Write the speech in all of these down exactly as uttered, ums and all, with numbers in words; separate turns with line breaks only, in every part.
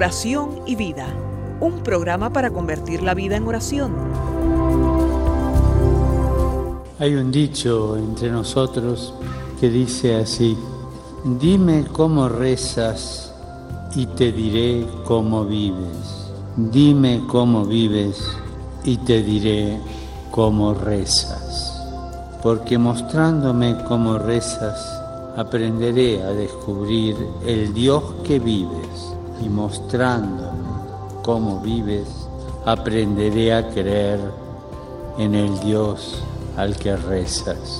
Oración y Vida, un programa para convertir la vida en oración.
Hay un dicho entre nosotros que dice así: dime cómo rezas y te diré cómo vives. Dime cómo vives y te diré cómo rezas. Porque mostrándome cómo rezas, aprenderé a descubrir el Dios que vives. Y mostrándome cómo vives, aprenderé a creer en el Dios al que rezas.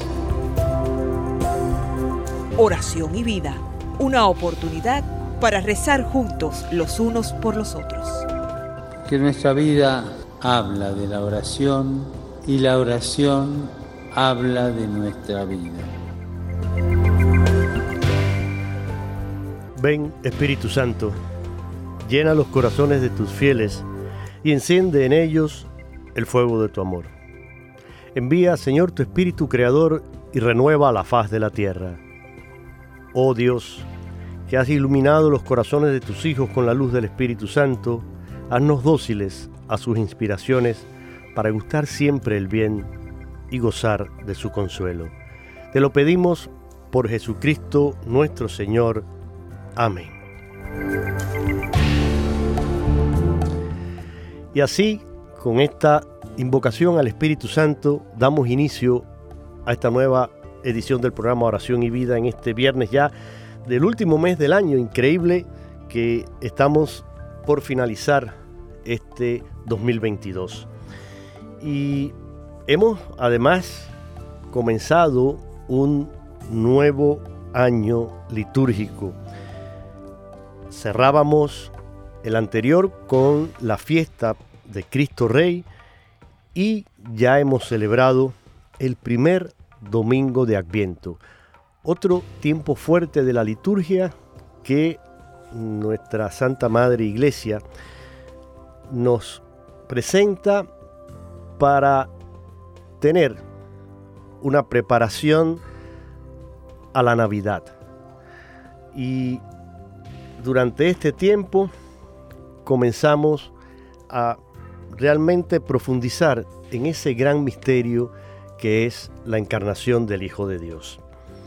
Oración y Vida, una oportunidad para rezar juntos los unos por los otros.
Que nuestra vida habla de la oración y la oración habla de nuestra vida.
Ven, Espíritu Santo, llena los corazones de tus fieles y enciende en ellos el fuego de tu amor. Envía, Señor, tu Espíritu Creador y renueva la faz de la tierra. Oh Dios, que has iluminado los corazones de tus hijos con la luz del Espíritu Santo, haznos dóciles a sus inspiraciones para gustar siempre el bien y gozar de su consuelo. Te lo pedimos por Jesucristo nuestro Señor. Amén. Y así, con esta invocación al Espíritu Santo, damos inicio a esta nueva edición del programa Oración y Vida en este viernes ya del último mes del año. Increíble que estamos por finalizar este dos mil veintidós. Y hemos además comenzado un nuevo año litúrgico. Cerrábamos el anterior con la fiesta de Cristo Rey y ya hemos celebrado el primer domingo de Adviento, otro tiempo fuerte de la liturgia que nuestra Santa Madre Iglesia nos presenta para tener una preparación a la Navidad. Y durante este tiempo comenzamos a realmente profundizar en ese gran misterio que es la encarnación del Hijo de Dios.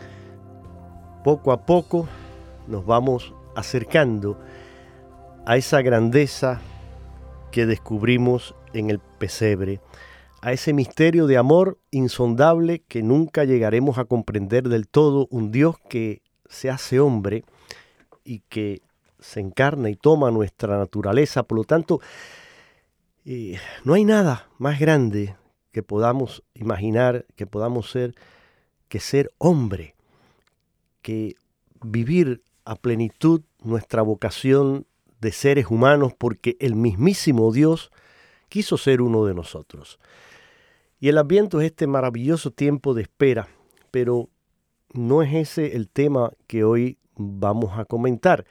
Poco a poco nos vamos acercando a esa grandeza que descubrimos en el pesebre, a ese misterio de amor insondable que nunca llegaremos a comprender del todo, un Dios que se hace hombre y que se encarna y toma nuestra naturaleza. Por lo tanto, eh, no hay nada más grande que podamos imaginar, que podamos ser, que ser hombre, que vivir a plenitud nuestra vocación de seres humanos, porque el mismísimo Dios quiso ser uno de nosotros. Y el Adviento es este maravilloso tiempo de espera, pero no es ese el tema que hoy vamos a comentar.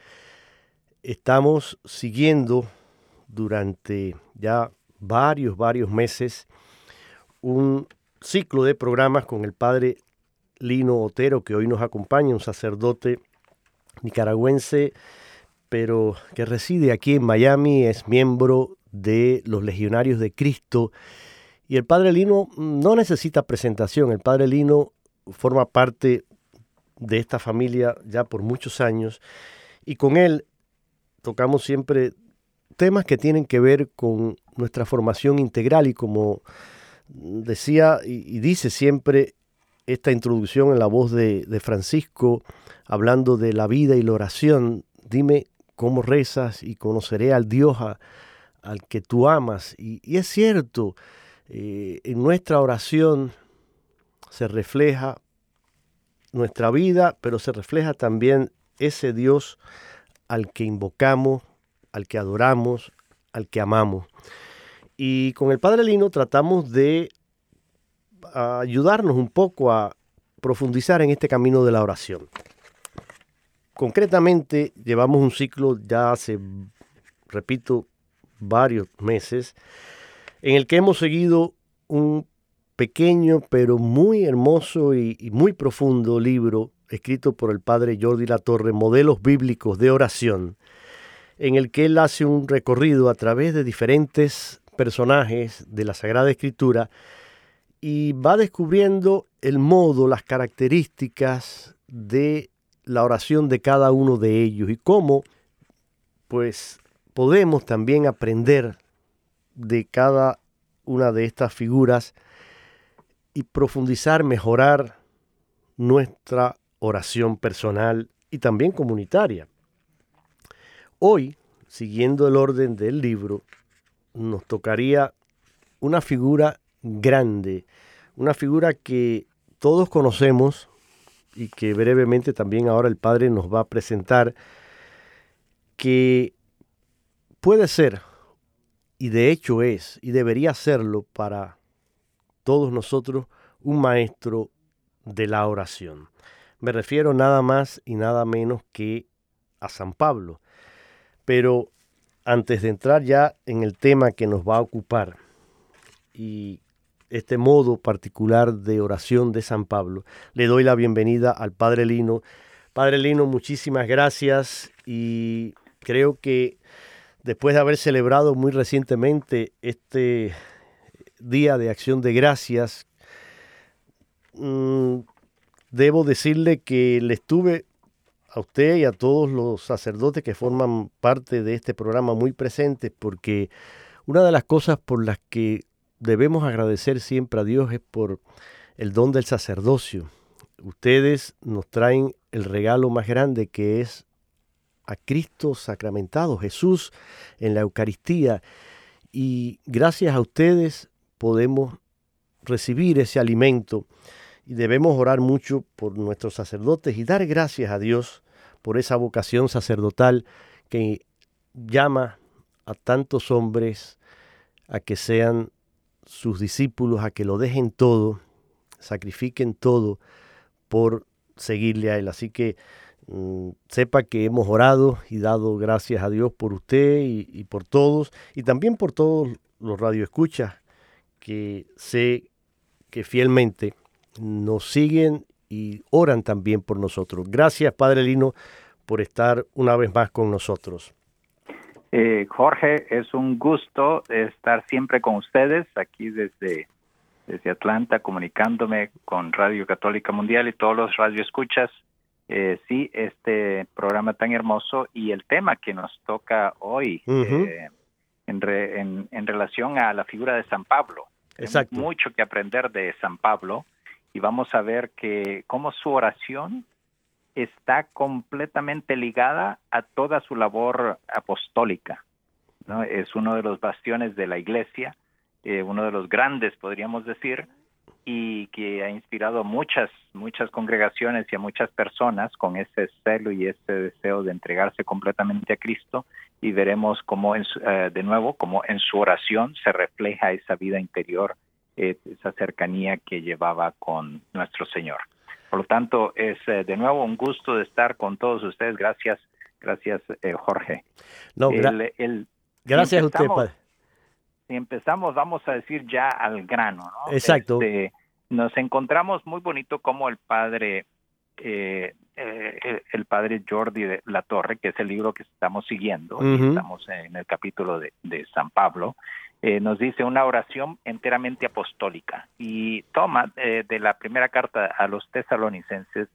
Estamos siguiendo durante ya varios, varios meses un ciclo de programas con el padre Lino Otero, que hoy nos acompaña, un sacerdote nicaragüense, pero que reside aquí en Miami, es miembro de los Legionarios de Cristo. Y el padre Lino no necesita presentación. El padre Lino forma parte de esta familia ya por muchos años, y con él tocamos siempre temas que tienen que ver con nuestra formación integral, y como decía y, y dice siempre esta introducción en la voz de, de Francisco, hablando de la vida y la oración: dime cómo rezas y conoceré al Dios a, al que tú amas. Y, y es cierto, eh, en nuestra oración se refleja nuestra vida, pero se refleja también ese Dios al que invocamos, al que adoramos, al que amamos. Y con el padre Lino tratamos de ayudarnos un poco a profundizar en este camino de la oración. Concretamente, llevamos un ciclo ya hace, repito, varios meses, en el que hemos seguido un pequeño pero muy hermoso y, y muy profundo libro escrito por el padre Jordi Latorre, Modelos Bíblicos de Oración, en el que él hace un recorrido a través de diferentes personajes de la Sagrada Escritura y va descubriendo el modo, las características de la oración de cada uno de ellos y cómo pues podemos también aprender de cada una de estas figuras y profundizar, mejorar nuestra oración personal y también comunitaria. Hoy, siguiendo el orden del libro, nos tocaría una figura grande, una figura que todos conocemos y que brevemente también ahora el Padre nos va a presentar, que puede ser, y de hecho es, y debería serlo para todos nosotros, un maestro de la oración. Me refiero nada más y nada menos que a San Pablo. Pero antes de entrar ya en el tema que nos va a ocupar y este modo particular de oración de San Pablo, le doy la bienvenida al Padre Lino. Padre Lino, muchísimas gracias y creo que después de haber celebrado muy recientemente este Día de Acción de Gracias, mmm, debo decirle que le estuve a usted y a todos los sacerdotes que forman parte de este programa muy presentes, porque una de las cosas por las que debemos agradecer siempre a Dios es por el don del sacerdocio. Ustedes nos traen el regalo más grande, que es a Cristo sacramentado, Jesús en la Eucaristía, y gracias a ustedes podemos recibir ese alimento y debemos orar mucho por nuestros sacerdotes y dar gracias a Dios por esa vocación sacerdotal que llama a tantos hombres a que sean sus discípulos, a que lo dejen todo, sacrifiquen todo por seguirle a Él. Así que mmm, sepa que hemos orado y dado gracias a Dios por usted y, y por todos, y también por todos los radioescuchas que sé que fielmente nos siguen y oran también por nosotros. Gracias, Padre Lino, por estar una vez más con nosotros.
Eh, Jorge, es un gusto estar siempre con ustedes aquí desde, desde Atlanta, comunicándome con Radio Católica Mundial y todos los radioescuchas. Eh, sí, este programa tan hermoso y el tema que nos toca hoy uh-huh. eh, en, re, en, en relación a la figura de San Pablo.
Exacto.
Tenemos mucho que aprender de San Pablo y vamos a ver que cómo su oración está completamente ligada a toda su labor apostólica, ¿no? Es uno de los bastiones de la Iglesia, eh, uno de los grandes, podríamos decir, y que ha inspirado a muchas, muchas congregaciones y a muchas personas con ese celo y ese deseo de entregarse completamente a Cristo, y veremos cómo, en su, eh, de nuevo, cómo en su oración se refleja esa vida interior, eh, esa cercanía que llevaba con nuestro Señor. Por lo tanto, es eh, de nuevo un gusto de estar con todos ustedes. Gracias, gracias eh, Jorge.
No, gra- el, el, gracias si a usted, padre.
Si empezamos, vamos a decir ya al grano, ¿no?
Exacto.
Este, nos encontramos muy bonito como el padre, eh, eh, el padre Jordi de la Torre, que es el libro que estamos siguiendo, uh-huh. y estamos en el capítulo de, de San Pablo, eh, nos dice una oración enteramente apostólica y toma eh, de la primera carta a los tesalonicenses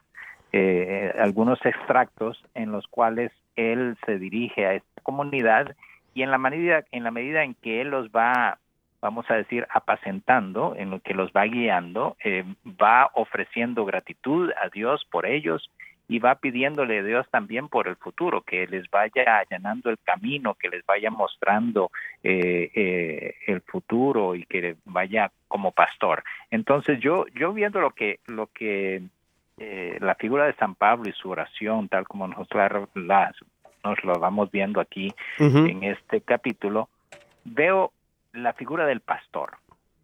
eh, algunos extractos en los cuales él se dirige a esta comunidad y en la medida en la medida en que él los va, vamos a decir, apacentando, en lo que los va guiando, eh, va ofreciendo gratitud a Dios por ellos y va pidiéndole a Dios también por el futuro, que les vaya allanando el camino, que les vaya mostrando eh, eh, el futuro y que vaya como pastor. Entonces yo yo viendo lo que lo que eh, la figura de San Pablo y su oración, tal como nos la, la nos lo vamos viendo aquí uh-huh. en este capítulo, veo la figura del pastor,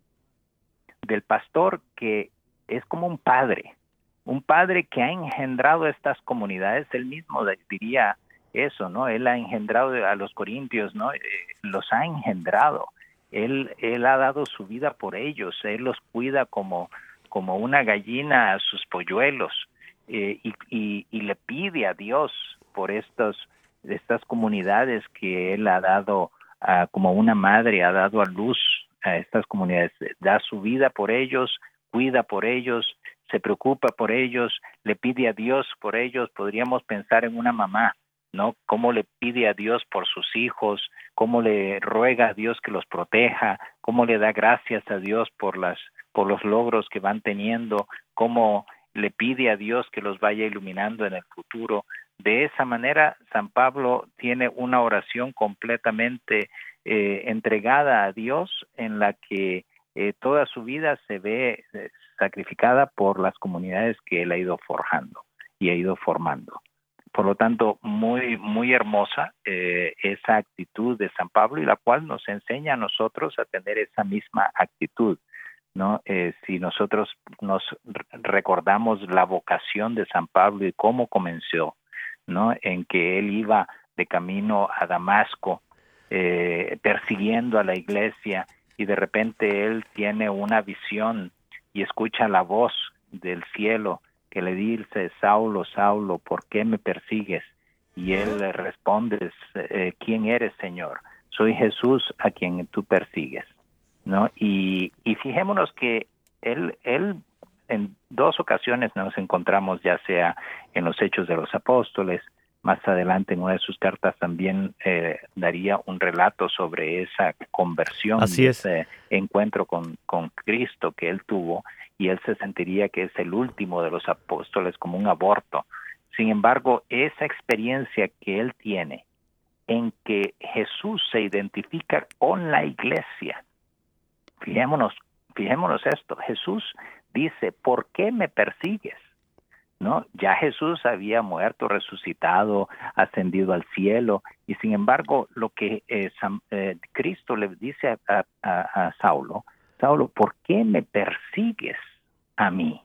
del pastor que es como un padre, un padre que ha engendrado estas comunidades. Él mismo diría eso, ¿no? Él ha engendrado a los corintios, ¿no? Eh, los ha engendrado. Él, él ha dado su vida por ellos. Él los cuida como, como una gallina a sus polluelos eh, y, y, y le pide a Dios por estos estas comunidades que él ha dado, uh, como una madre ha dado a luz a estas comunidades, da su vida por ellos, cuida por ellos, se preocupa por ellos, le pide a Dios por ellos. Podríamos pensar en una mamá, ¿no? Cómo le pide a Dios por sus hijos, cómo le ruega a Dios que los proteja, cómo le da gracias a Dios por las por los logros que van teniendo, cómo le pide a Dios que los vaya iluminando en el futuro. De esa manera, San Pablo tiene una oración completamente eh, entregada a Dios, en la que eh, toda su vida se ve eh, sacrificada por las comunidades que él ha ido forjando y ha ido formando. Por lo tanto, muy, muy hermosa eh, esa actitud de San Pablo, y la cual nos enseña a nosotros a tener esa misma actitud, ¿no? Eh, si nosotros nos recordamos la vocación de San Pablo y cómo comenzó, ¿no? En que él iba de camino a Damasco, eh, persiguiendo a la iglesia, y de repente él tiene una visión y escucha la voz del cielo que le dice: Saulo, Saulo, ¿por qué me persigues? Y él le responde: eh, ¿quién eres, Señor? Soy Jesús a quien tú persigues, ¿no? Y, y fijémonos que él, él en dos ocasiones nos encontramos, ya sea en los Hechos de los Apóstoles, más adelante en una de sus cartas también eh, daría un relato sobre esa conversión,
Así es.
ese encuentro con, con Cristo que él tuvo, y él se sentiría que es el último de los apóstoles, como un aborto. Sin embargo, esa experiencia que él tiene en que Jesús se identifica con la iglesia, fijémonos, fijémonos esto, Jesús dice: ¿por qué me persigues? ¿No? Ya Jesús había muerto, resucitado, ascendido al cielo, y sin embargo lo que eh, San, eh, Cristo le dice a, a, a Saulo: Saulo, ¿por qué me persigues a mí?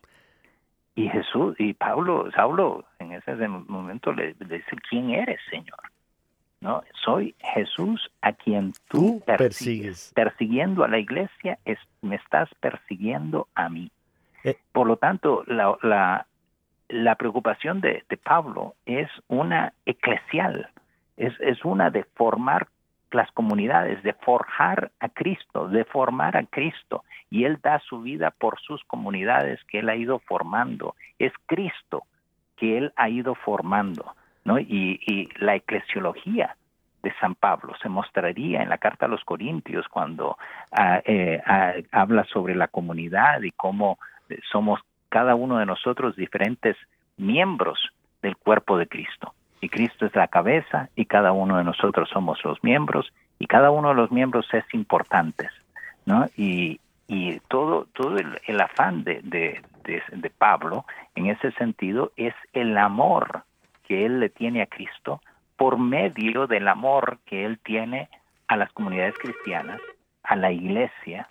Y Jesús, y Pablo, Saulo en ese momento le, le dice: ¿quién eres, Señor? ¿No? Soy Jesús a quien tú, tú persigues. persigues. Persiguiendo a la iglesia, es, me estás persiguiendo a mí. Eh. Por lo tanto, la, la La preocupación de, de Pablo es una eclesial, es, es una de formar las comunidades, de forjar a Cristo, de formar a Cristo, y él da su vida por sus comunidades que él ha ido formando. Es Cristo que él ha ido formando, ¿no? Y, y la eclesiología de San Pablo se mostraría en la carta a los Corintios, cuando uh, eh, uh, habla sobre la comunidad y cómo somos cada uno de nosotros diferentes miembros del cuerpo de Cristo. Y Cristo es la cabeza, y cada uno de nosotros somos los miembros, y cada uno de los miembros es importante, ¿no? Y, y todo, todo el, el afán de, de, de, de Pablo, en ese sentido, es el amor que él le tiene a Cristo por medio del amor que él tiene a las comunidades cristianas, a la iglesia,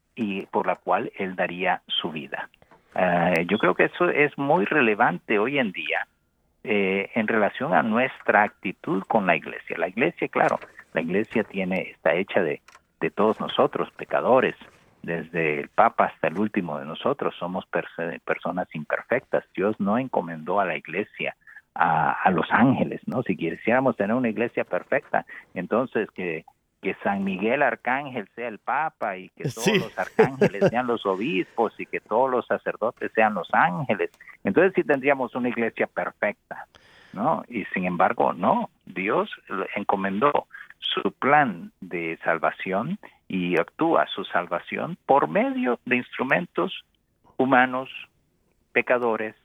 y por la cual él daría su vida. Uh, yo creo que eso es muy relevante hoy en día eh, en relación a nuestra actitud con la iglesia. La iglesia, claro, la iglesia tiene está hecha de, de todos nosotros, pecadores, desde el Papa hasta el último de nosotros. Somos pers- personas imperfectas. Dios no encomendó a la iglesia a, a los ángeles, ¿no? Si quisiéramos tener una iglesia perfecta, entonces que que San Miguel Arcángel sea el Papa, y que todos sí. los arcángeles sean los obispos, y que todos los sacerdotes sean los ángeles. Entonces sí tendríamos una iglesia perfecta, ¿no? Y sin embargo, no. Dios encomendó su plan de salvación y actúa su salvación por medio de instrumentos humanos, pecadores,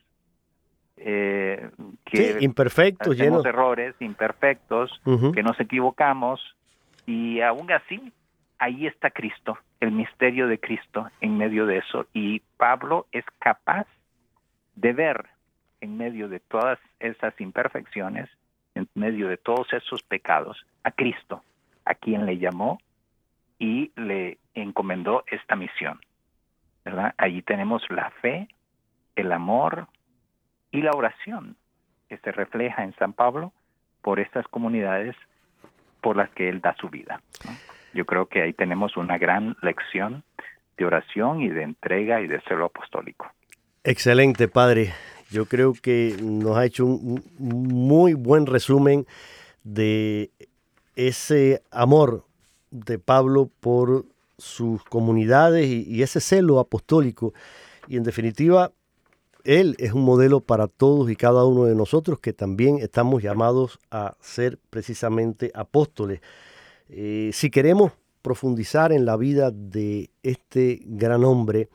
eh, que
sí, imperfectos,
hacemos
llenos.
errores, imperfectos, uh-huh. que nos equivocamos. Y aún así, ahí está Cristo, el misterio de Cristo en medio de eso. Y Pablo es capaz de ver en medio de todas esas imperfecciones, en medio de todos esos pecados, a Cristo, a quien le llamó y le encomendó esta misión, ¿verdad? Allí tenemos la fe, el amor y la oración que se refleja en San Pablo por estas comunidades por las que él da su vida, ¿no? Yo creo que ahí tenemos una gran lección de oración y de entrega y de celo apostólico.
Excelente, padre. Yo creo que nos ha hecho un muy buen resumen de ese amor de Pablo por sus comunidades y, y ese celo apostólico. Y en definitiva, él es un modelo para todos y cada uno de nosotros que también estamos llamados a ser precisamente apóstoles. Eh, si queremos profundizar en la vida de este gran hombre,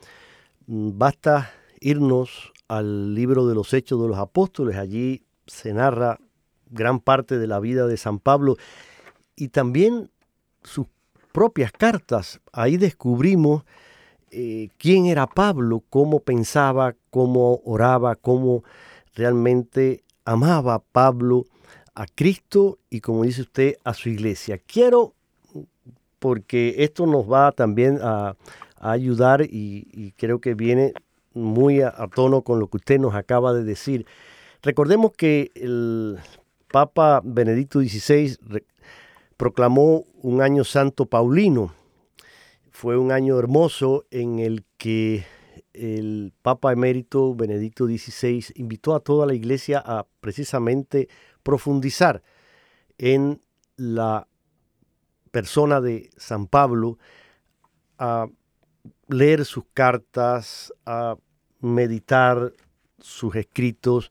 basta irnos al libro de los Hechos de los Apóstoles. Allí se narra gran parte de la vida de San Pablo y también sus propias cartas. Ahí descubrimos eh, quién era Pablo, cómo pensaba, cómo oraba, cómo realmente amaba Pablo a Cristo y, como dice usted, a su iglesia. Quiero, porque esto nos va también a, a ayudar y, y creo que viene muy a, a tono con lo que usted nos acaba de decir. Recordemos que el Papa Benedicto dieciséis re, proclamó un año santo paulino. Fue un año hermoso en el que el Papa emérito Benedicto dieciséis invitó a toda la iglesia a precisamente profundizar en la persona de San Pablo, a leer sus cartas, a meditar sus escritos.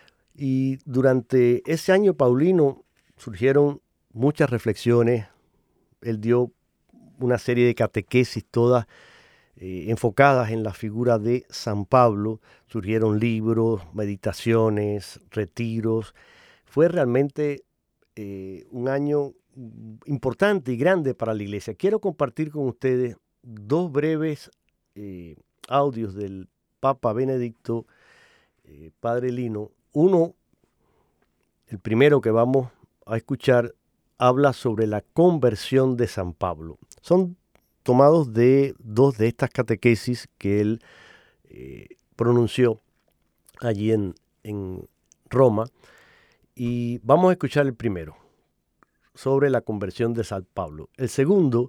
Y durante ese año paulino surgieron muchas reflexiones. Él dio una serie de catequesis todas eh, enfocadas en la figura de San Pablo. Surgieron libros, meditaciones, retiros. Fue realmente eh, un año importante y grande para la iglesia. Quiero compartir con ustedes dos breves eh, audios del Papa Benedicto, eh, Padre Lino. Uno, el primero que vamos a escuchar, habla sobre la conversión de San Pablo. Son tomados de dos de estas catequesis que él eh, pronunció allí en, en Roma. Y vamos a escuchar el primero, sobre la conversión de San Pablo. El segundo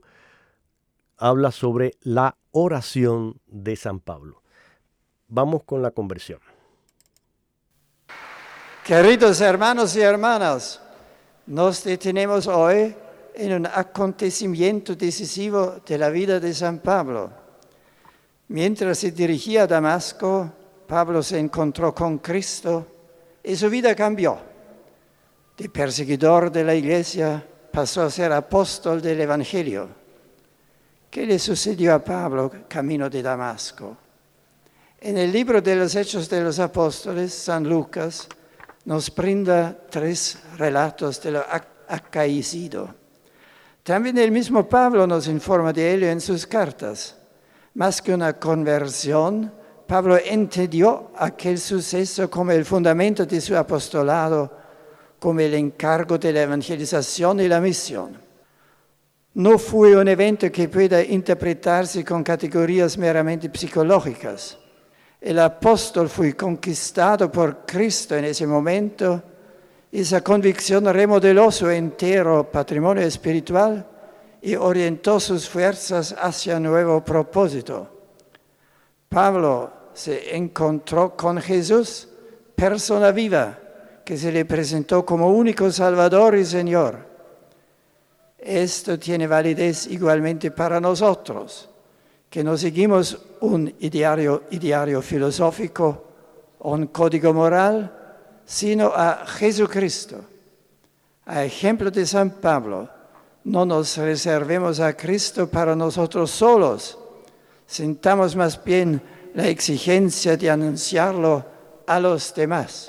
habla sobre la oración de San Pablo. Vamos con la conversión.
Queridos hermanos y hermanas, nos detenemos hoy en un acontecimiento decisivo de la vida de San Pablo. Mientras se dirigía a Damasco, Pablo se encontró con Cristo y su vida cambió. De perseguidor de la iglesia pasó a ser apóstol del Evangelio. ¿Qué le sucedió a Pablo camino de Damasco? En el libro de los Hechos de los Apóstoles, San Lucas nos brinda tres relatos de lo acaecido. También el mismo Pablo nos informa de ello en sus cartas. Más que una conversión, Pablo entendió aquel suceso como el fundamento de su apostolado, como el encargo de la evangelización y la misión. No fue un evento que pueda interpretarse con categorías meramente psicológicas. El apóstol fue conquistado por Cristo en ese momento. Esa convicción remodeló su entero patrimonio espiritual y orientó sus fuerzas hacia un nuevo propósito. Pablo se encontró con Jesús, persona viva, que se le presentó como único Salvador y Señor. Esto tiene validez igualmente para nosotros, que no seguimos un ideario, ideario filosófico o un código moral, sino a Jesucristo. A ejemplo de San Pablo, no nos reservemos a Cristo para nosotros solos, sintamos más bien la exigencia de anunciarlo a los demás.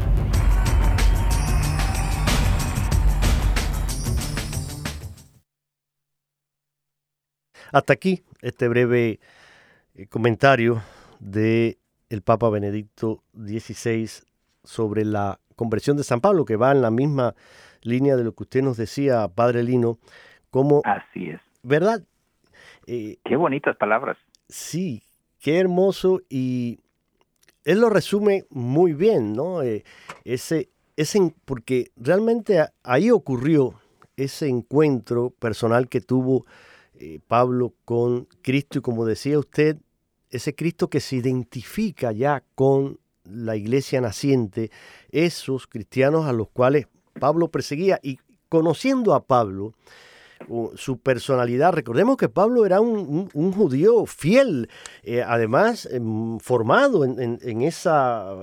Hasta aquí este breve eh, comentario del Papa Benedicto dieciséis sobre la conversión de San Pablo, que va en la misma línea de lo que usted nos decía, Padre Lino, como...
Así es.
¿Verdad? Eh,
qué bonitas palabras.
Sí, qué hermoso, y él lo resume muy bien, ¿no? Eh, ese, ese, porque realmente ahí ocurrió ese encuentro personal que tuvo Eh, Pablo con Cristo, y como decía usted, ese Cristo que se identifica ya con la iglesia naciente, esos cristianos a los cuales Pablo perseguía, y, conociendo a Pablo, su personalidad, recordemos que Pablo era un, un, un judío fiel, eh, además eh, formado en, en, en esa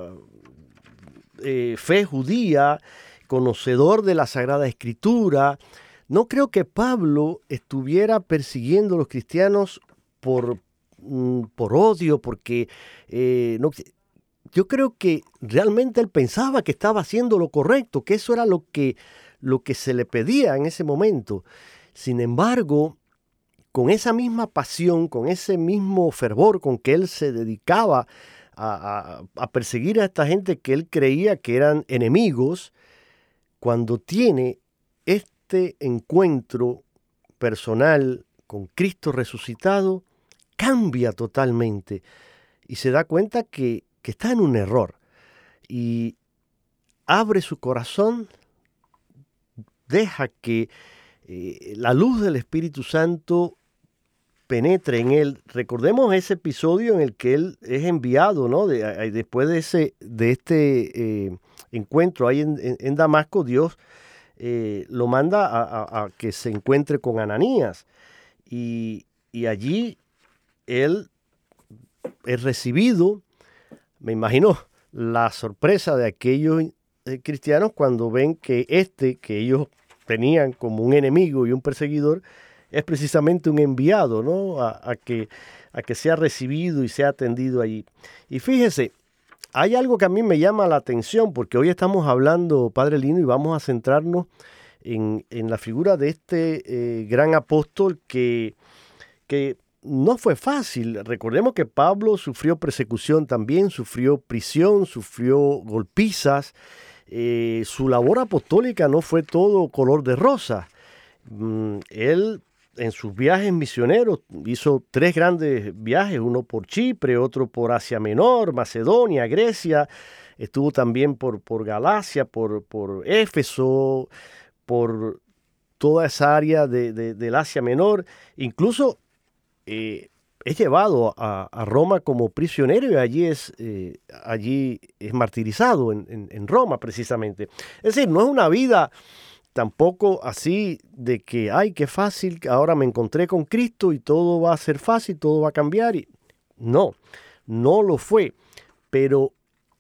eh, fe judía, conocedor de la Sagrada Escritura. No creo que Pablo estuviera persiguiendo a los cristianos por, mm, por odio, porque eh, no, yo creo que realmente él pensaba que estaba haciendo lo correcto, que eso era lo que, lo que se le pedía en ese momento. Sin embargo, con esa misma pasión, con ese mismo fervor con que él se dedicaba a, a, a perseguir a esta gente que él creía que eran enemigos, cuando tiene este encuentro personal con Cristo resucitado, cambia totalmente y se da cuenta que, que está en un error y abre su corazón, deja que Eh, la luz del Espíritu Santo penetre en él. Recordemos ese episodio en el que él es enviado, ¿no? De, a, después de, ese, de este eh, encuentro ahí en, en, en Damasco, Dios eh, lo manda a, a, a que se encuentre con Ananías. Y, y allí él es recibido, me imagino la sorpresa de aquellos eh, cristianos cuando ven que este, que ellos tenían como un enemigo y un perseguidor, es precisamente un enviado, ¿no? A, a, que, a que sea recibido y sea atendido allí. Y fíjese, hay algo que a mí me llama la atención, porque hoy estamos hablando, Padre Lino, y vamos a centrarnos en, en la figura de este eh, gran apóstol que, que no fue fácil. Recordemos que Pablo sufrió persecución también, sufrió prisión, sufrió golpizas. Eh, su labor apostólica no fue todo color de rosa. Mm, él en sus viajes misioneros hizo tres grandes viajes, uno por Chipre, otro por Asia Menor, Macedonia, Grecia, estuvo también por, por Galacia, por, por Éfeso, por toda esa área de, de, del Asia Menor. Incluso eh, es llevado a, a Roma como prisionero y allí es, eh, allí es martirizado en, en, en Roma precisamente. Es decir, no es una vida tampoco así de que, ay, qué fácil, ahora me encontré con Cristo y todo va a ser fácil, todo va a cambiar. Y no, no lo fue. Pero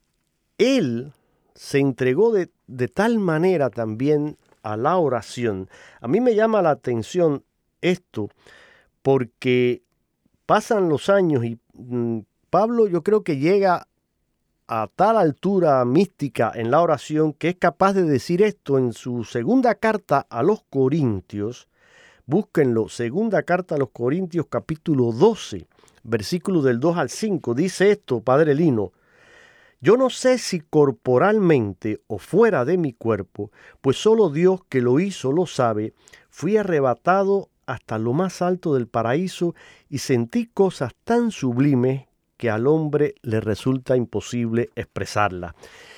él se entregó de, de tal manera también a la oración. A mí me llama la atención esto porque pasan los años y mm, Pablo yo creo que llega a tal altura mística en la oración que es capaz de decir esto en su segunda carta a los Corintios. Búsquenlo, segunda carta a los Corintios capítulo doce, versículos del dos al cinco. Dice esto, Padre Lino: yo no sé si corporalmente o fuera de mi cuerpo, pues solo Dios que lo hizo lo sabe, fui arrebatado hasta lo más alto del paraíso y sentí cosas tan sublimes que al hombre le resulta imposible expresarlas.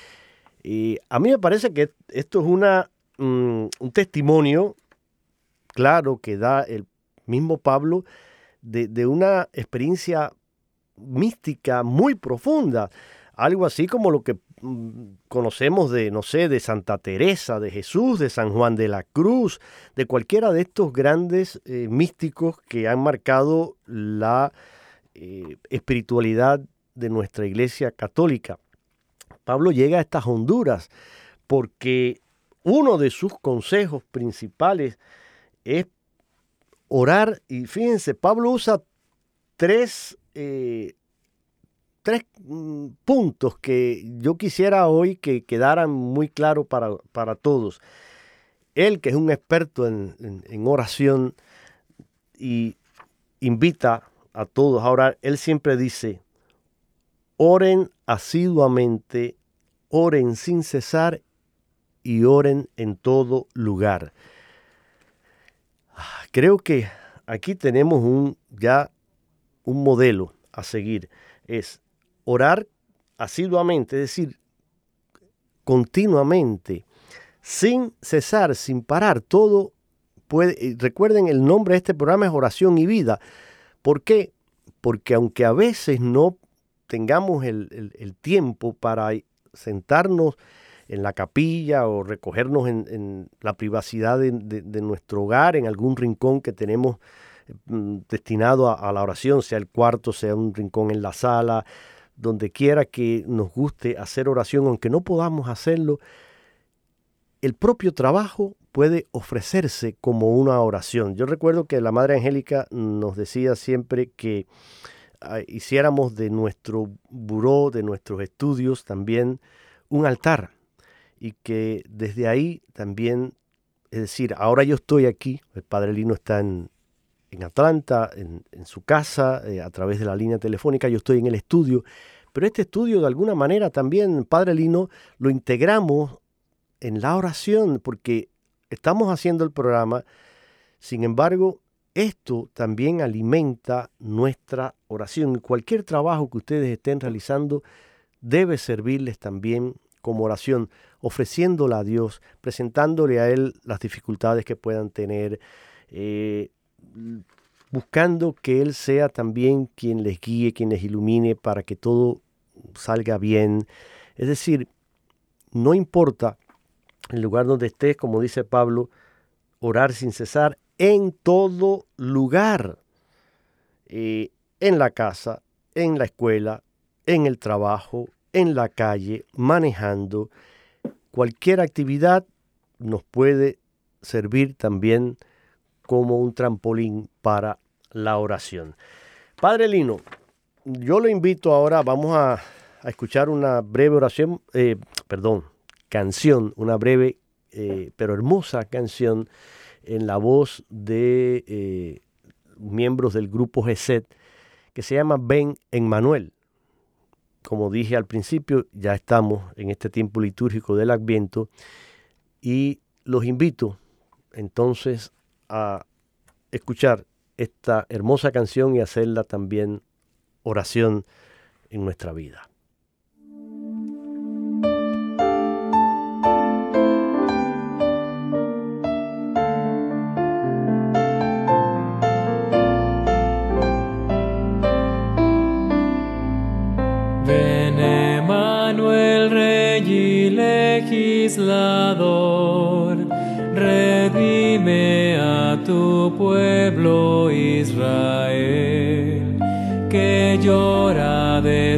Y a mí me parece que esto es una, um, un testimonio claro que da el mismo Pablo de, de una experiencia mística muy profunda. Algo así como lo que conocemos de, no sé, de Santa Teresa, de Jesús, de San Juan de la Cruz, de cualquiera de estos grandes eh, místicos que han marcado la eh, espiritualidad de nuestra Iglesia Católica. Pablo llega a estas Honduras porque uno de sus consejos principales es orar, y fíjense, Pablo usa tres eh, Tres mm, puntos que yo quisiera hoy que quedaran muy claros para, para todos. Él, que es un experto en, en, en oración y invita a todos a orar, él siempre dice: oren asiduamente, oren sin cesar y oren en todo lugar. Creo que aquí tenemos un, ya un modelo a seguir. Es orar asiduamente, es decir, continuamente, sin cesar, sin parar. Todo puede. Recuerden, el nombre de este programa es Oración y Vida. ¿Por qué? Porque aunque a veces no tengamos el, el, el tiempo para sentarnos en la capilla o recogernos en, en la privacidad de, de, de nuestro hogar, en algún rincón que tenemos mm, destinado a, a la oración, sea el cuarto, sea un rincón en la sala, donde quiera que nos guste hacer oración, aunque no podamos hacerlo, el propio trabajo puede ofrecerse como una oración. Yo recuerdo que la Madre Angélica nos decía siempre que uh, hiciéramos de nuestro buró, de nuestros estudios también un altar, y que desde ahí también, es decir, ahora yo estoy aquí, el Padre Lino está en, en Atlanta, en, en su casa, eh, a través de la línea telefónica, yo estoy en el estudio, pero este estudio de alguna manera también, Padre Lino, lo integramos en la oración, porque estamos haciendo el programa, sin embargo, esto también alimenta nuestra oración. Cualquier trabajo que ustedes estén realizando debe servirles también como oración, ofreciéndola a Dios, presentándole a Él las dificultades que puedan tener, eh, buscando que Él sea también quien les guíe, quien les ilumine para que todo salga bien. Es decir, no importa el lugar donde estés, como dice Pablo, orar sin cesar en todo lugar, eh, en la casa, en la escuela, en el trabajo, en la calle, manejando. Cualquier actividad nos puede servir también como un trampolín para la oración. Padre Lino, yo lo invito ahora, vamos a, a escuchar una breve oración, eh, perdón, canción, una breve eh, pero hermosa canción en la voz de eh, miembros del grupo Gesed, que se llama Ven Emmanuel. Como dije al principio, ya estamos en este tiempo litúrgico del Adviento y los invito entonces a escuchar esta hermosa canción y hacerla también oración en nuestra vida.
Legislador, redime a tu pueblo Israel, que llora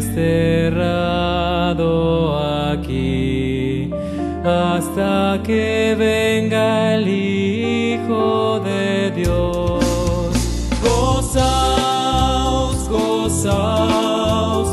desterrado aquí, hasta que venga el Hijo de Dios. Gozaos, gozaos,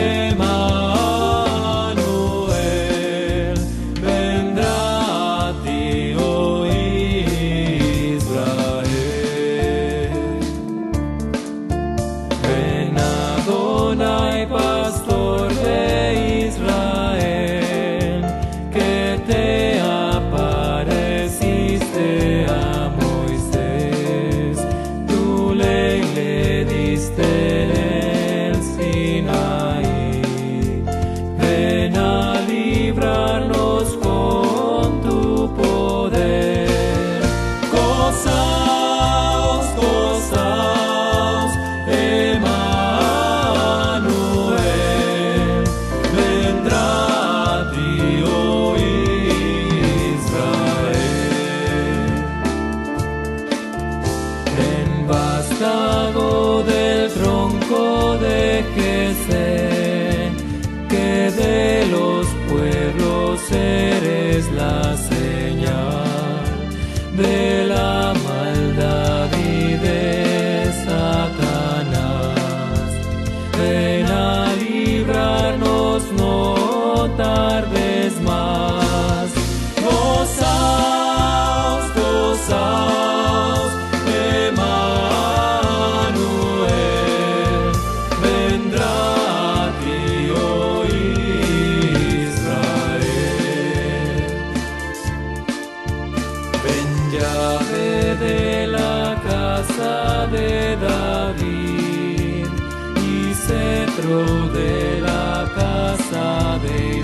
de la casa de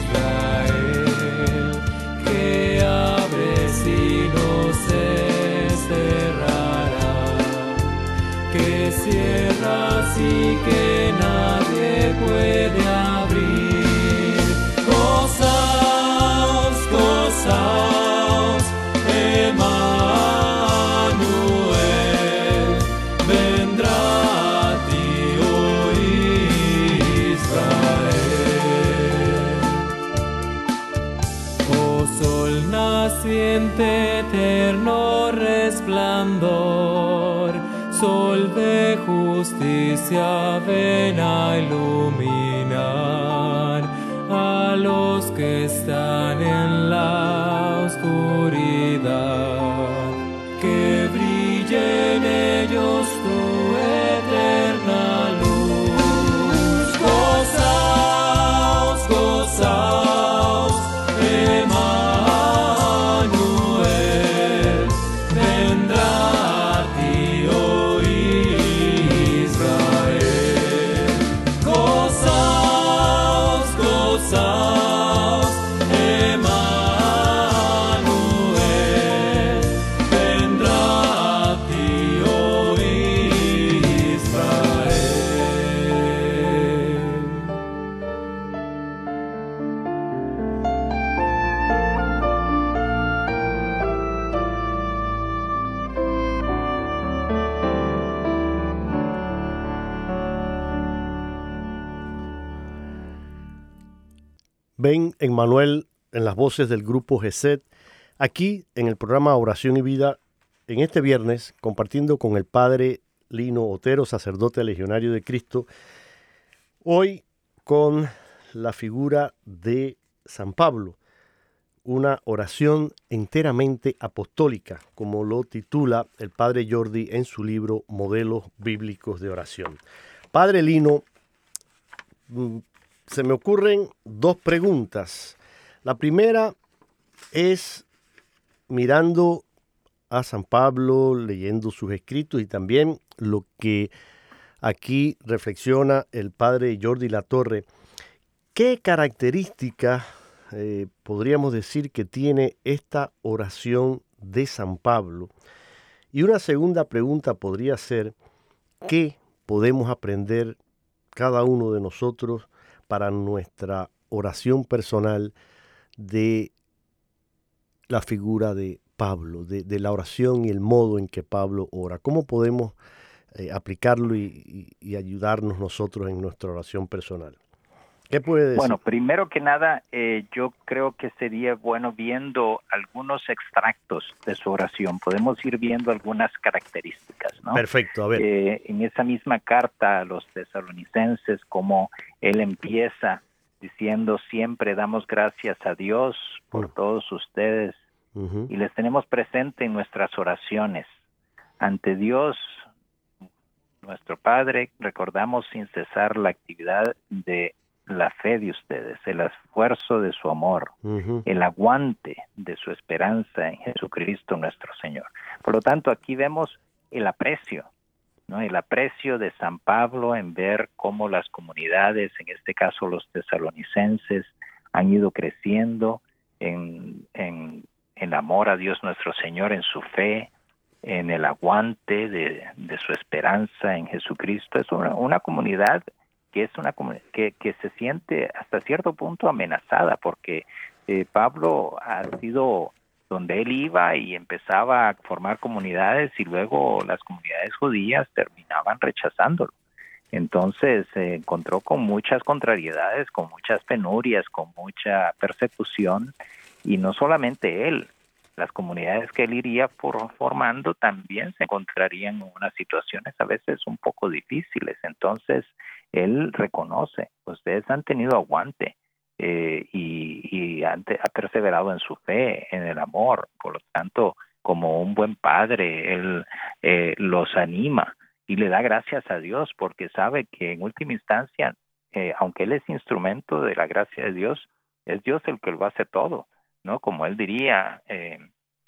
Israel, que abre si no se cerrará, que cierra sí que nadie puede abrir. Gozaos, naciente eterno resplandor, sol de justicia ven a iluminar a los que están en la oscuridad. Que brille en ellos tu eterna luz. Gozaos, gozaos, Emmanuel vendrá a ti, oh Israel. Gozaos, gozaos, Emmanuel vendrá a ti, oh Israel.
Ven, Emmanuel, en las voces del grupo Gesed, aquí en el programa Oración y Vida, en este viernes, compartiendo con el padre Lino Otero, sacerdote legionario de Cristo, hoy con la figura de San Pablo, una oración enteramente apostólica, como lo titula el padre Jordi en su libro Modelos Bíblicos de Oración. Padre Lino, mm, se me ocurren dos preguntas. La primera es mirando a San Pablo, leyendo sus escritos y también lo que aquí reflexiona el padre Jordi Latorre. ¿Qué características eh, podríamos decir que tiene esta oración de San Pablo? Y una segunda pregunta podría ser, ¿qué podemos aprender cada uno de nosotros para nuestra oración personal de la figura de Pablo, de, de la oración y el modo en que Pablo ora? ¿Cómo podemos eh, aplicarlo y, y, y ayudarnos nosotros en nuestra oración personal? ¿Qué puede decir?
Bueno, primero que nada, eh, yo creo que sería bueno viendo algunos extractos de su oración. Podemos ir viendo algunas características, ¿no?
Perfecto, a ver.
Eh, en esa misma carta a los tesalonicenses, como él empieza diciendo, siempre damos gracias a Dios por uh. todos ustedes uh-huh. y les tenemos presente en nuestras oraciones. Ante Dios, nuestro Padre, recordamos sin cesar la actividad de la fe de ustedes, el esfuerzo de su amor, uh-huh. el aguante de su esperanza en Jesucristo nuestro Señor. Por lo tanto, aquí vemos el aprecio, ¿no? El aprecio de San Pablo en ver cómo las comunidades, en este caso los tesalonicenses, han ido creciendo en, en, en amor a Dios nuestro Señor, en su fe, en el aguante de, de su esperanza en Jesucristo. Es una, una comunidad que es una que, que se siente hasta cierto punto amenazada, porque eh, Pablo ha sido donde él iba y empezaba a formar comunidades y luego las comunidades judías terminaban rechazándolo. Entonces se encontró con muchas contrariedades, con muchas penurias, con mucha persecución, y no solamente él, las comunidades que él iría por, formando también se encontrarían en unas situaciones a veces un poco difíciles. Entonces él reconoce, ustedes han tenido aguante eh, y, y han, ha perseverado en su fe, en el amor. Por lo tanto, como un buen padre, él eh, los anima y le da gracias a Dios, porque sabe que en última instancia, eh, aunque él es instrumento de la gracia de Dios, es Dios el que lo hace todo, ¿no? Como él diría, eh,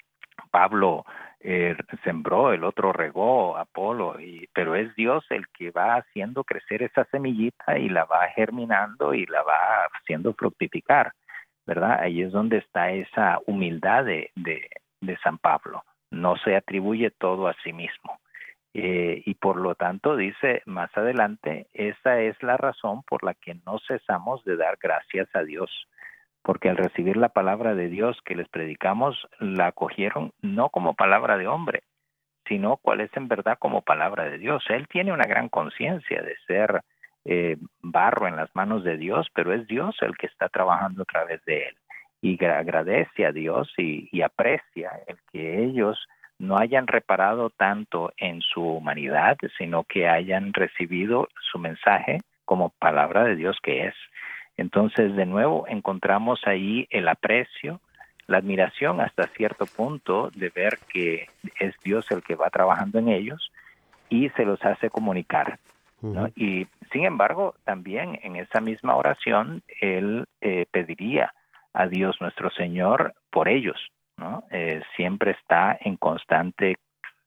Pablo eh, sembró, el otro regó, Apolo, y, pero es Dios el que va haciendo crecer esa semillita y la va germinando y la va haciendo fructificar, ¿verdad? Ahí es donde está esa humildad de, de, de San Pablo. No se atribuye todo a sí mismo. Eh, y por lo tanto dice más adelante, esa es la razón por la que no cesamos de dar gracias a Dios, porque al recibir la palabra de Dios que les predicamos, la acogieron no como palabra de hombre, sino cuál es en verdad como palabra de Dios. Él tiene una gran conciencia de ser eh, barro en las manos de Dios, pero es Dios el que está trabajando a través de él. y agradece a Dios y, y aprecia el que ellos no hayan reparado tanto en su humanidad, sino que hayan recibido su mensaje como palabra de Dios que es. Entonces, de nuevo, encontramos ahí el aprecio, la admiración hasta cierto punto de ver que es Dios el que va trabajando en ellos y se los hace comunicar, ¿no? Uh-huh. Y sin embargo, también en esa misma oración, él eh, pediría a Dios nuestro Señor por ellos, ¿no? Eh, siempre está en constante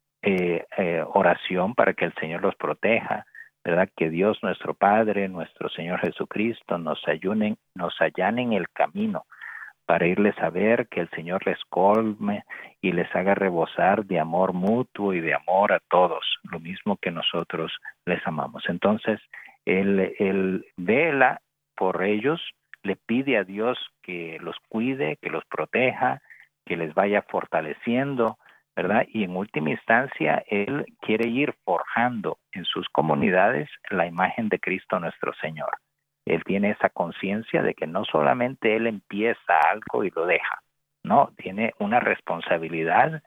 eh, eh, oración para que el Señor los proteja, ¿verdad? Que Dios nuestro Padre, nuestro Señor Jesucristo nos ayunen, nos allanen el camino para irles a ver, que el Señor les colme y les haga rebosar de amor mutuo y de amor a todos, lo mismo que nosotros les amamos. Entonces, él, él vela por ellos, le pide a Dios que los cuide, que los proteja, que les vaya fortaleciendo, ¿verdad? Y en última instancia, él quiere ir forjando en sus comunidades la imagen de Cristo nuestro Señor. Él tiene esa conciencia de que no solamente él empieza algo y lo deja, no, tiene una responsabilidad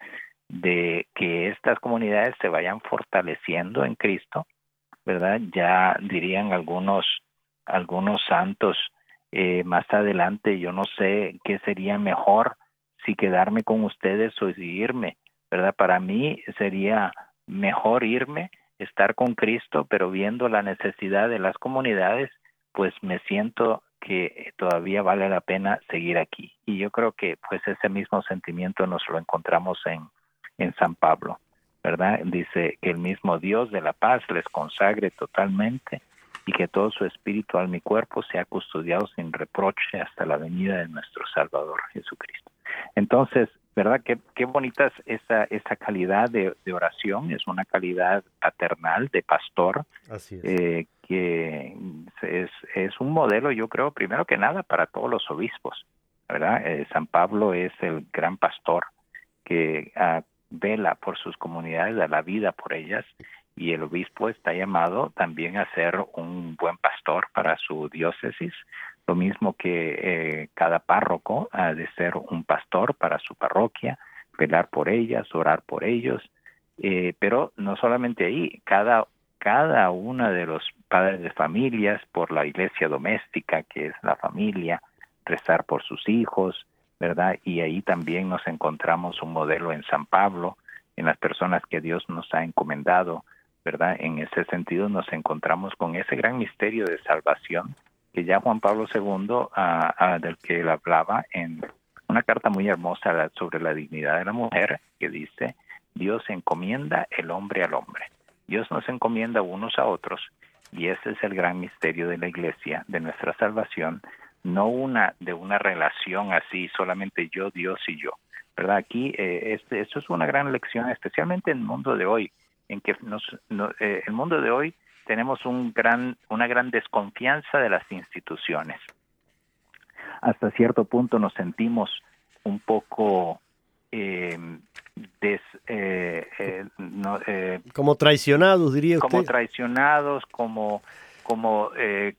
de que estas comunidades se vayan fortaleciendo en Cristo, ¿verdad? Ya dirían algunos, algunos santos eh, más adelante, yo no sé qué sería mejor, si quedarme con ustedes o si irme, ¿verdad? Para mí sería mejor irme, estar con Cristo, pero viendo la necesidad de las comunidades, pues me siento que todavía vale la pena seguir aquí. Y yo creo que pues ese mismo sentimiento nos lo encontramos en, en San Pablo, ¿verdad? Dice que el mismo Dios de la paz les consagre totalmente y que todo su espíritu, alma y cuerpo sea custodiado sin reproche hasta la venida de nuestro Salvador Jesucristo. Entonces, ¿verdad? Qué, qué bonita es esa, esa calidad de, de oración, es una calidad paternal de pastor.
Así es.
Eh, que es, es un modelo, yo creo, primero que nada, para todos los obispos, ¿verdad? Eh, San Pablo es el gran pastor que uh, vela por sus comunidades, da la vida por ellas, y el obispo está llamado también a ser un buen pastor para su diócesis, lo mismo que eh, cada párroco ha de ser un pastor para su parroquia, velar por ellas, orar por ellos, eh, pero no solamente ahí, cada cada una de los padres de familias, por la iglesia doméstica, que es la familia, rezar por sus hijos, ¿verdad? Y ahí también nos encontramos un modelo en San Pablo, en las personas que Dios nos ha encomendado, ¿verdad? En ese sentido nos encontramos con ese gran misterio de salvación que ya Juan Pablo segundo, uh, uh, del que él hablaba en una carta muy hermosa sobre la dignidad de la mujer, que dice, Dios encomienda el hombre al hombre. Dios nos encomienda unos a otros y ese es el gran misterio de la Iglesia, de nuestra salvación, no una de una relación así, solamente yo, Dios y yo, ¿verdad? Aquí eh, este, esto es una gran lección, especialmente en el mundo de hoy, en que nos, no, eh, el mundo de hoy tenemos un gran, una gran desconfianza de las instituciones. Hasta cierto punto nos sentimos un poco eh, des, eh, eh, no, eh,
como traicionados, diría usted.
Como traicionados, como, como eh,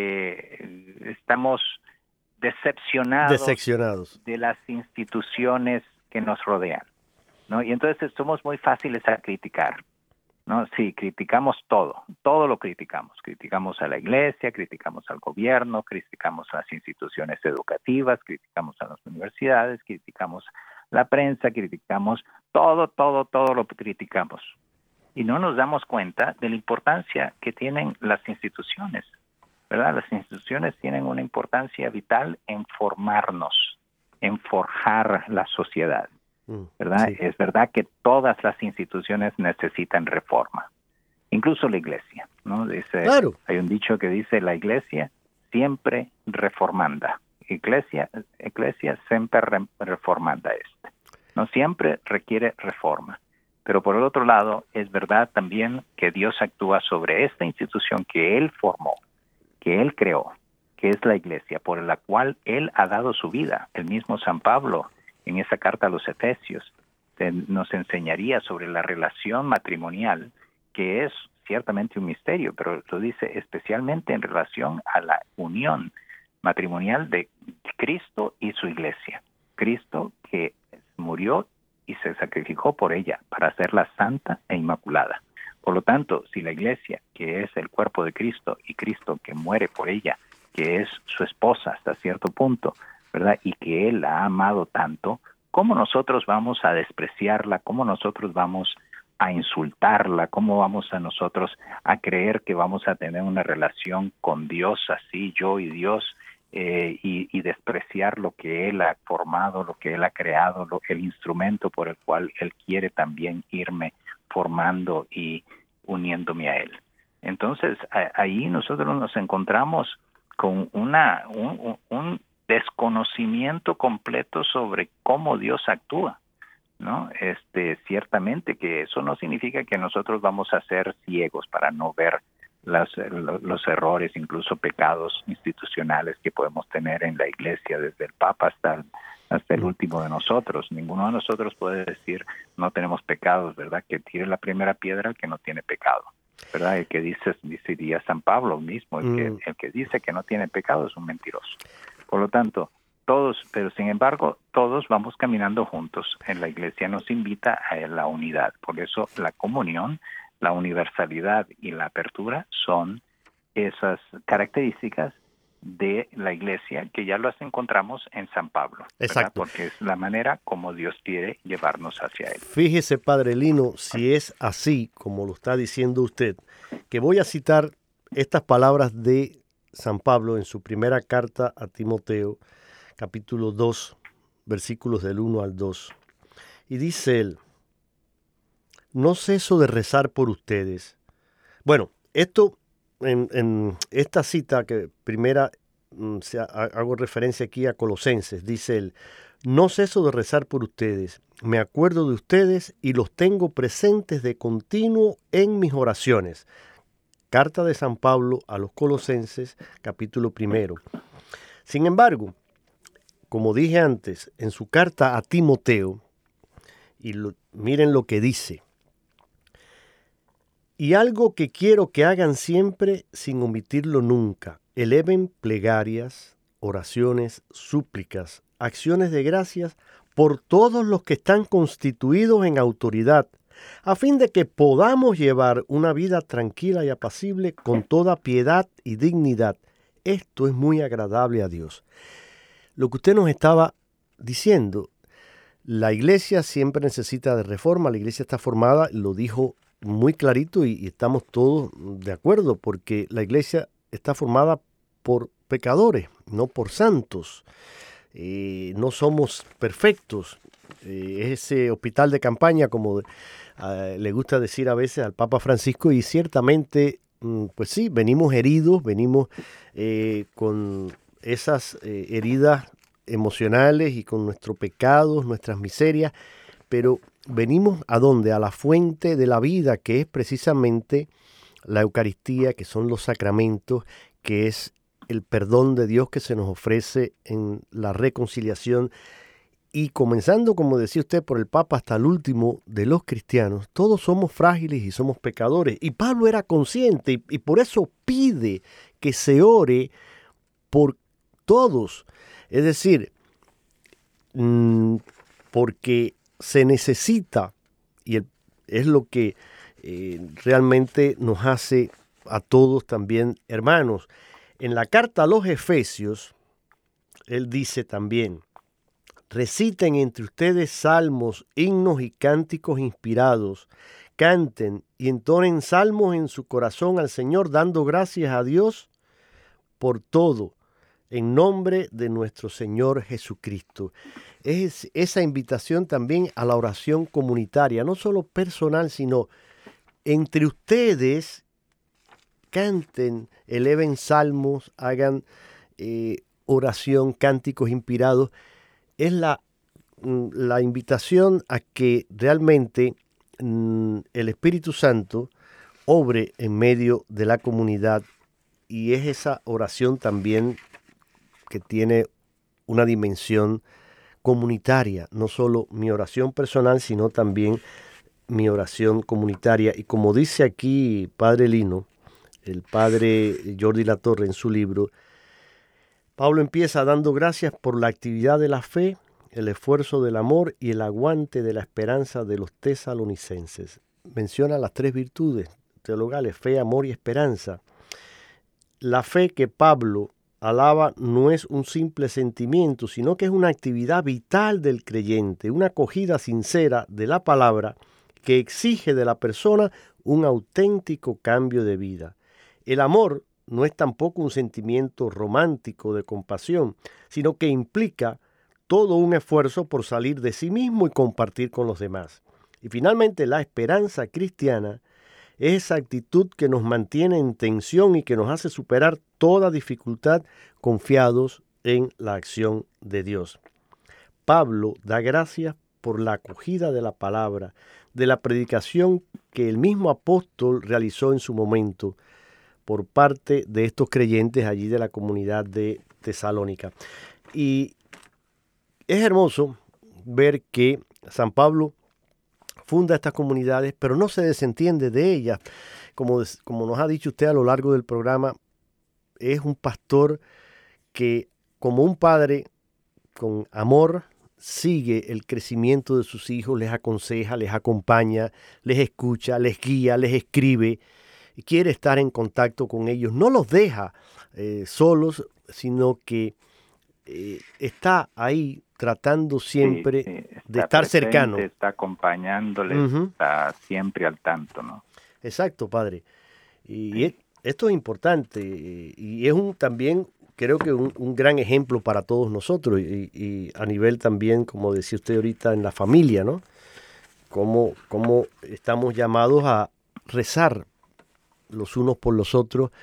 que estamos decepcionados,
decepcionados
de las instituciones que nos rodean, ¿no? Y entonces somos muy fáciles a criticar, ¿no? Sí, criticamos todo, todo lo criticamos. Criticamos a la iglesia, criticamos al gobierno, criticamos a las instituciones educativas, criticamos a las universidades, criticamos la prensa, criticamos todo, todo, todo lo criticamos. Y no nos damos cuenta de la importancia que tienen las instituciones, ¿verdad? Las instituciones tienen una importancia vital en formarnos, en forjar la sociedad, ¿verdad? Sí. Es verdad que todas las instituciones necesitan reforma, incluso la iglesia, ¿no? Dice,
claro.
Hay un dicho que dice, la iglesia siempre reformanda. Iglesia, iglesia siempre reformanda este. No siempre requiere reforma. Pero por el otro lado, es verdad también que Dios actúa sobre esta institución que Él formó, que Él creó, que es la iglesia, por la cual Él ha dado su vida. El mismo San Pablo, en esa carta a los Efesios, nos enseñaría sobre la relación matrimonial, que es ciertamente un misterio, pero lo dice especialmente en relación a la unión matrimonial de Cristo y su iglesia. Cristo que murió y se sacrificó por ella para hacerla santa e inmaculada. Por lo tanto, si la iglesia, que es el cuerpo de Cristo, y Cristo que muere por ella, que es su esposa hasta cierto punto, ¿verdad? Y que Él la ha amado tanto, ¿cómo nosotros vamos a despreciarla? ¿Cómo nosotros vamos a insultarla? ¿Cómo vamos a nosotros a creer que vamos a tener una relación con Dios así, yo y Dios, eh, y, y despreciar lo que Él ha formado, lo que Él ha creado, lo, el instrumento por el cual Él quiere también irme formando y uniéndome a Él? Entonces, a, ahí nosotros nos encontramos con una un, un desconocimiento completo sobre cómo Dios actúa, ¿no? Este, ciertamente que eso no significa que nosotros vamos a ser ciegos para no ver las, los errores, incluso pecados institucionales que podemos tener en la iglesia, desde el Papa hasta el, hasta el último de nosotros. Ninguno de nosotros puede decir no tenemos pecados, ¿verdad? Que tire la primera piedra que no tiene pecado, ¿verdad? El que dice, diría San Pablo mismo, el, mm. que, el que dice que no tiene pecado es un mentiroso. Por lo tanto, todos, pero sin embargo, todos vamos caminando juntos. En la iglesia nos invita a la unidad. Por eso la comunión, la universalidad y la apertura son esas características de la iglesia que ya las encontramos en San Pablo.
Exacto.
Porque es la manera como Dios quiere llevarnos hacia Él.
Fíjese, Padre Lino, si es así, como lo está diciendo usted, que voy a citar estas palabras de San Pablo en su primera carta a Timoteo, capítulo dos, versículos del uno al dos. Y dice él: no ceso de rezar por ustedes. Bueno, esto, en, en esta cita que primera, se, hago referencia aquí a Colosenses, dice él: no ceso de rezar por ustedes, me acuerdo de ustedes y los tengo presentes de continuo en mis oraciones. Carta de San Pablo a los Colosenses, capítulo primero. Sin embargo, como dije antes, en su carta a Timoteo, y lo, miren lo que dice: y algo que quiero que hagan siempre sin omitirlo nunca, eleven plegarias, oraciones, súplicas, acciones de gracias por todos los que están constituidos en autoridad, a fin de que podamos llevar una vida tranquila y apacible con toda piedad y dignidad. Esto es muy agradable a Dios. Lo que usted nos estaba diciendo, la iglesia siempre necesita de reforma, la iglesia está formada, lo dijo muy clarito y, y estamos todos de acuerdo, porque la iglesia está formada por pecadores, no por santos. Eh, no somos perfectos. Eh, ese hospital de campaña, como Uh, le gusta decir a veces al Papa Francisco, y ciertamente, mm, pues sí, venimos heridos, venimos eh, con esas eh, heridas emocionales y con nuestros pecados, nuestras miserias, pero venimos ¿a dónde? A la fuente de la vida, que es precisamente la Eucaristía, que son los sacramentos, que es el perdón de Dios que se nos ofrece en la reconciliación. Y comenzando, como decía usted, por el Papa hasta el último de los cristianos, todos somos frágiles y somos pecadores. Y Pablo era consciente y, y por eso pide que se ore por todos. Es decir, mmm, porque se necesita, y el, es lo que eh, realmente nos hace a todos también hermanos. En la carta a los Efesios, él dice también: reciten entre ustedes salmos, himnos y cánticos inspirados. Canten y entonen salmos en su corazón al Señor, dando gracias a Dios por todo, en nombre de nuestro Señor Jesucristo. Es esa invitación también a la oración comunitaria, no solo personal, sino entre ustedes. Canten, eleven salmos, hagan eh, oración, cánticos inspirados. Es la, la invitación a que realmente mm, el Espíritu Santo obre en medio de la comunidad, y es esa oración también que tiene una dimensión comunitaria, no solo mi oración personal, sino también mi oración comunitaria. Y como dice aquí Padre Lino, el Padre Jordi Latorre en su libro, Pablo empieza dando gracias por la actividad de la fe, el esfuerzo del amor y el aguante de la esperanza de los tesalonicenses. Menciona las tres virtudes teologales: fe, amor y esperanza. La fe que Pablo alaba no es un simple sentimiento, sino que es una actividad vital del creyente, una acogida sincera de la palabra que exige de la persona un auténtico cambio de vida. El amor no es tampoco un sentimiento romántico de compasión, sino que implica todo un esfuerzo por salir de sí mismo y compartir con los demás. Y finalmente, la esperanza cristiana es esa actitud que nos mantiene en tensión y que nos hace superar toda dificultad confiados en la acción de Dios. Pablo da gracias por la acogida de la palabra, de la predicación que el mismo apóstol realizó en su momento por parte de estos creyentes allí de la comunidad de Tesalónica. Y es hermoso ver que San Pablo funda estas comunidades, pero no se desentiende de ellas. Como, como nos ha dicho usted a lo largo del programa, es un pastor que, como un padre con amor, sigue el crecimiento de sus hijos, les aconseja, les acompaña, les escucha, les guía, les escribe, y quiere estar en contacto con ellos. No los deja eh, solos, sino que eh, está ahí tratando siempre
sí, sí,
de estar
presente,
cercano.
Está acompañándoles, uh-huh. Está siempre al tanto, ¿no?
Exacto, padre. Y sí. es, esto es importante y es un también, creo que un, un gran ejemplo para todos nosotros y, y a nivel también, como decía usted ahorita, en la familia, ¿no? Cómo, cómo estamos llamados a rezar los unos por los otros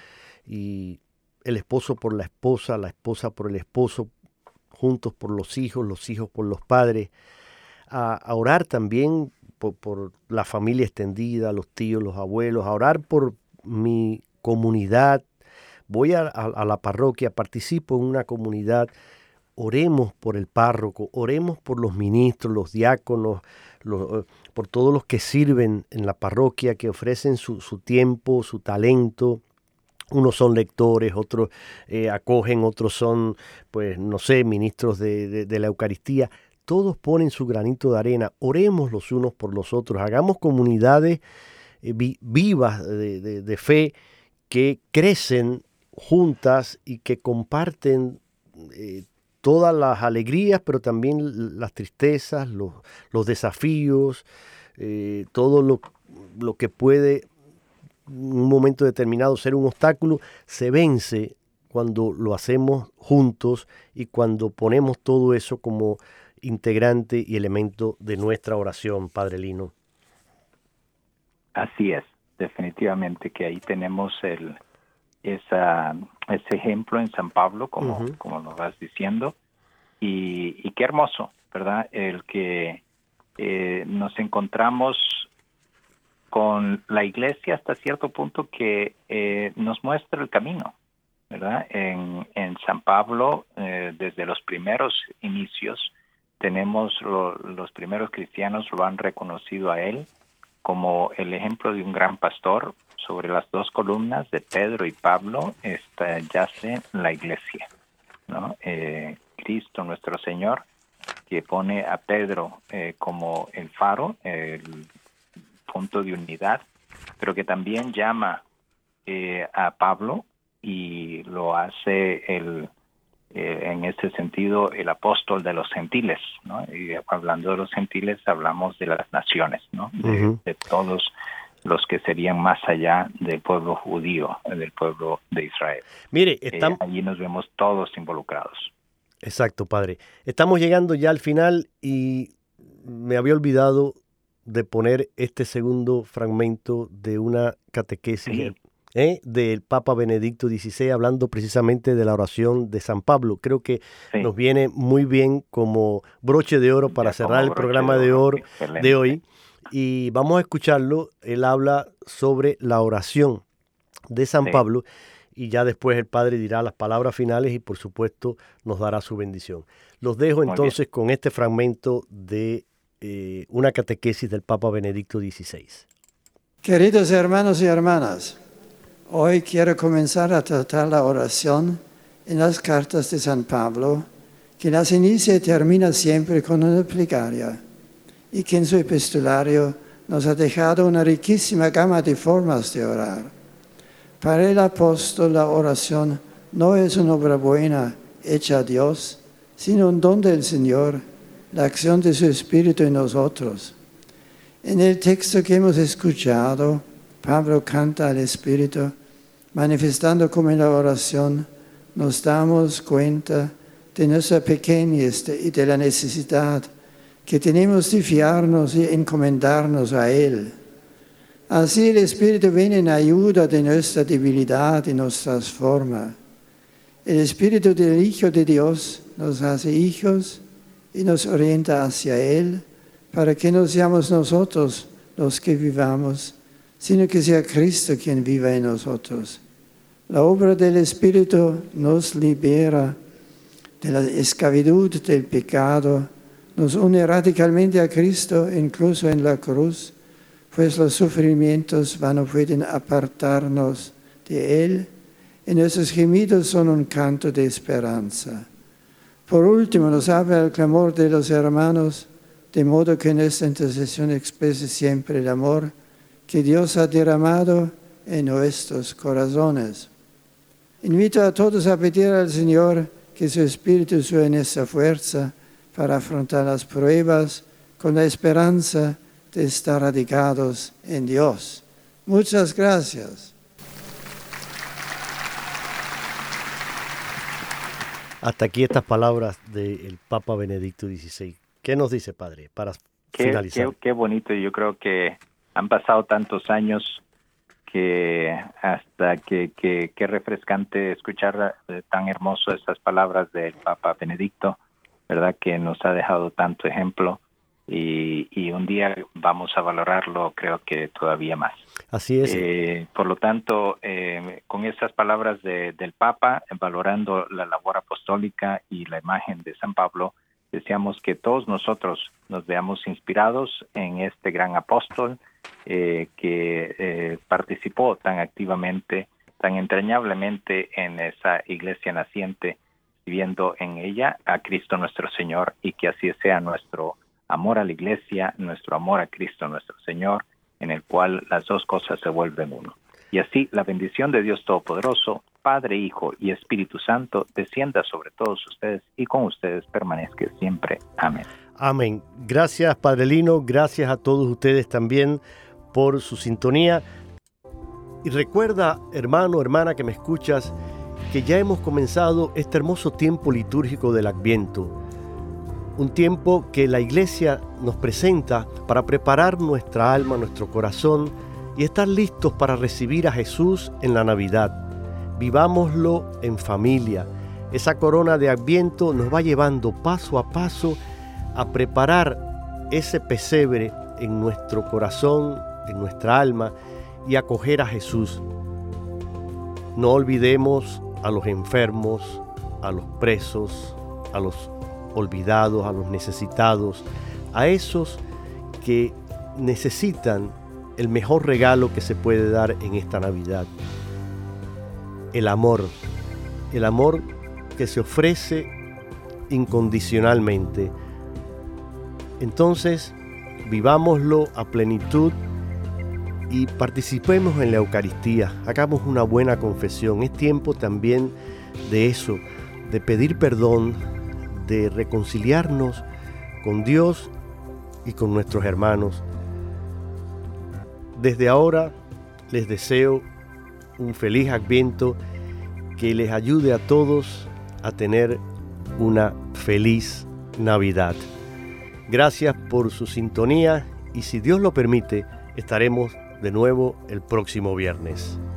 y el esposo por la esposa, la esposa por el esposo, juntos por los hijos, los hijos por los padres, a, a orar también por, por la familia extendida, los tíos, los abuelos, a orar por mi comunidad. Voy a, a, a la parroquia, participo en una comunidad, oremos por el párroco, oremos por los ministros, los diáconos, los, por todos los que sirven en la parroquia, que ofrecen su, su tiempo, su talento. Unos son lectores, otros eh, acogen, otros son, pues, no sé, ministros de, de, de la Eucaristía. Todos ponen su granito de arena. Oremos los unos por los otros. Hagamos comunidades eh, vi, vivas de, de, de fe que crecen juntas y que comparten eh, todas las alegrías, pero también las tristezas, los, los desafíos, eh, todo lo, lo que puede en un momento determinado ser un obstáculo, se vence cuando lo hacemos juntos y cuando ponemos todo eso como integrante y elemento de nuestra oración, Padre Lino.
Así es, definitivamente que ahí tenemos el esa ese ejemplo en San Pablo, como, uh-huh. como lo vas diciendo, y, y qué hermoso, ¿verdad? El que eh, nos encontramos con la iglesia hasta cierto punto que eh, nos muestra el camino, ¿verdad? En, en San Pablo, eh, desde los primeros inicios, tenemos lo, los primeros cristianos lo han reconocido a él como el ejemplo de un gran pastor. Sobre las dos columnas de Pedro y Pablo está, yace la iglesia, ¿no? Eh, Cristo nuestro Señor, que pone a Pedro eh, como el faro, el punto de unidad, pero que también llama eh, a Pablo y lo hace el eh, en ese sentido el apóstol de los gentiles, ¿no? Y hablando de los gentiles hablamos de las naciones, ¿no? De, uh-huh. de todos los que serían más allá del pueblo judío, del pueblo de Israel.
Mire, estamos...
eh, allí nos vemos todos involucrados.
Exacto, padre. Estamos llegando ya al final y me había olvidado de poner este segundo fragmento de una catequesis sí. ¿eh? del Papa Benedicto dieciséis, hablando precisamente de la oración de San Pablo. Creo que sí. nos viene muy bien como broche de oro para ya cerrar el programa de, oro, de hoy. Y vamos a escucharlo. Él habla sobre la oración de San sí. Pablo y ya después el Padre dirá las palabras finales y por supuesto nos dará su bendición. Los dejo muy entonces bien. Con este fragmento de eh, una catequesis del Papa Benedicto dieciséis.
Queridos hermanos y hermanas, hoy quiero comenzar a tratar la oración en las cartas de San Pablo, que las inicia y termina siempre con una plegaria, y que en su epistolario nos ha dejado una riquísima gama de formas de orar. Para el apóstol la oración no es una obra buena hecha a Dios, sino un don del Señor, la acción de su Espíritu en nosotros. En el texto que hemos escuchado, Pablo canta al Espíritu, manifestando cómo en la oración nos damos cuenta de nuestra pequeñez y de la necesidad que tenemos de fiarnos y encomendarnos a Él. Así el Espíritu viene en ayuda de nuestra debilidad y nos transforma. El Espíritu del Hijo de Dios nos hace hijos y nos orienta hacia Él para que no seamos nosotros los que vivamos, sino que sea Cristo quien viva en nosotros. La obra del Espíritu nos libera de la esclavitud del pecado, nos une radicalmente a Cristo, incluso en la cruz, pues los sufrimientos no pueden apartarnos de Él, y nuestros gemidos son un canto de esperanza. Por último, nos habla el clamor de los hermanos, de modo que nuestra intercesión exprese siempre el amor que Dios ha derramado en nuestros corazones. Invito a todos a pedir al Señor que su Espíritu sea en esa fuerza para afrontar las pruebas con la esperanza de estar radicados en Dios. Muchas gracias.
Hasta aquí estas palabras del Papa Benedicto dieciséis. ¿Qué nos dice, Padre, para
qué,
finalizar?
Qué, qué bonito. Yo creo que han pasado tantos años que hasta que, que, que refrescante escuchar tan hermoso esas palabras del Papa Benedicto, ¿verdad? Que nos ha dejado tanto ejemplo y, y un día vamos a valorarlo, creo que todavía más.
Así es.
Eh, por lo tanto, eh, con esas palabras de, del Papa, valorando la labor apostólica y la imagen de San Pablo, deseamos que todos nosotros nos veamos inspirados en este gran apóstol eh, que eh, participó tan activamente, tan entrañablemente en esa iglesia naciente, viviendo en ella a Cristo nuestro Señor, y que así sea nuestro amor a la iglesia, nuestro amor a Cristo nuestro Señor, en el cual las dos cosas se vuelven uno. Y así la bendición de Dios Todopoderoso, Padre, Hijo y Espíritu Santo, descienda sobre todos ustedes y con ustedes permanezca siempre. Amén.
Amén. Gracias, Padre Lino. Gracias a todos ustedes también por su sintonía. Y recuerda, hermano, hermana que me escuchas, que ya hemos comenzado este hermoso tiempo litúrgico del Adviento. Un tiempo que la Iglesia nos presenta para preparar nuestra alma, nuestro corazón y estar listos para recibir a Jesús en la Navidad. Vivámoslo en familia. Esa corona de Adviento nos va llevando paso a paso a preparar ese pesebre en nuestro corazón, en nuestra alma, y acoger a Jesús. No olvidemos a los enfermos, a los presos, a los olvidados, a los necesitados, a esos que necesitan el mejor regalo que se puede dar en esta Navidad. El amor, el amor que se ofrece incondicionalmente. Entonces, vivámoslo a plenitud y participemos en la Eucaristía, hagamos una buena confesión. Es tiempo también de eso, de pedir perdón, de reconciliarnos con Dios y con nuestros hermanos. Desde ahora les deseo un feliz Adviento que les ayude a todos a tener una feliz Navidad. Gracias por su sintonía y si Dios lo permite, estaremos de nuevo el próximo viernes.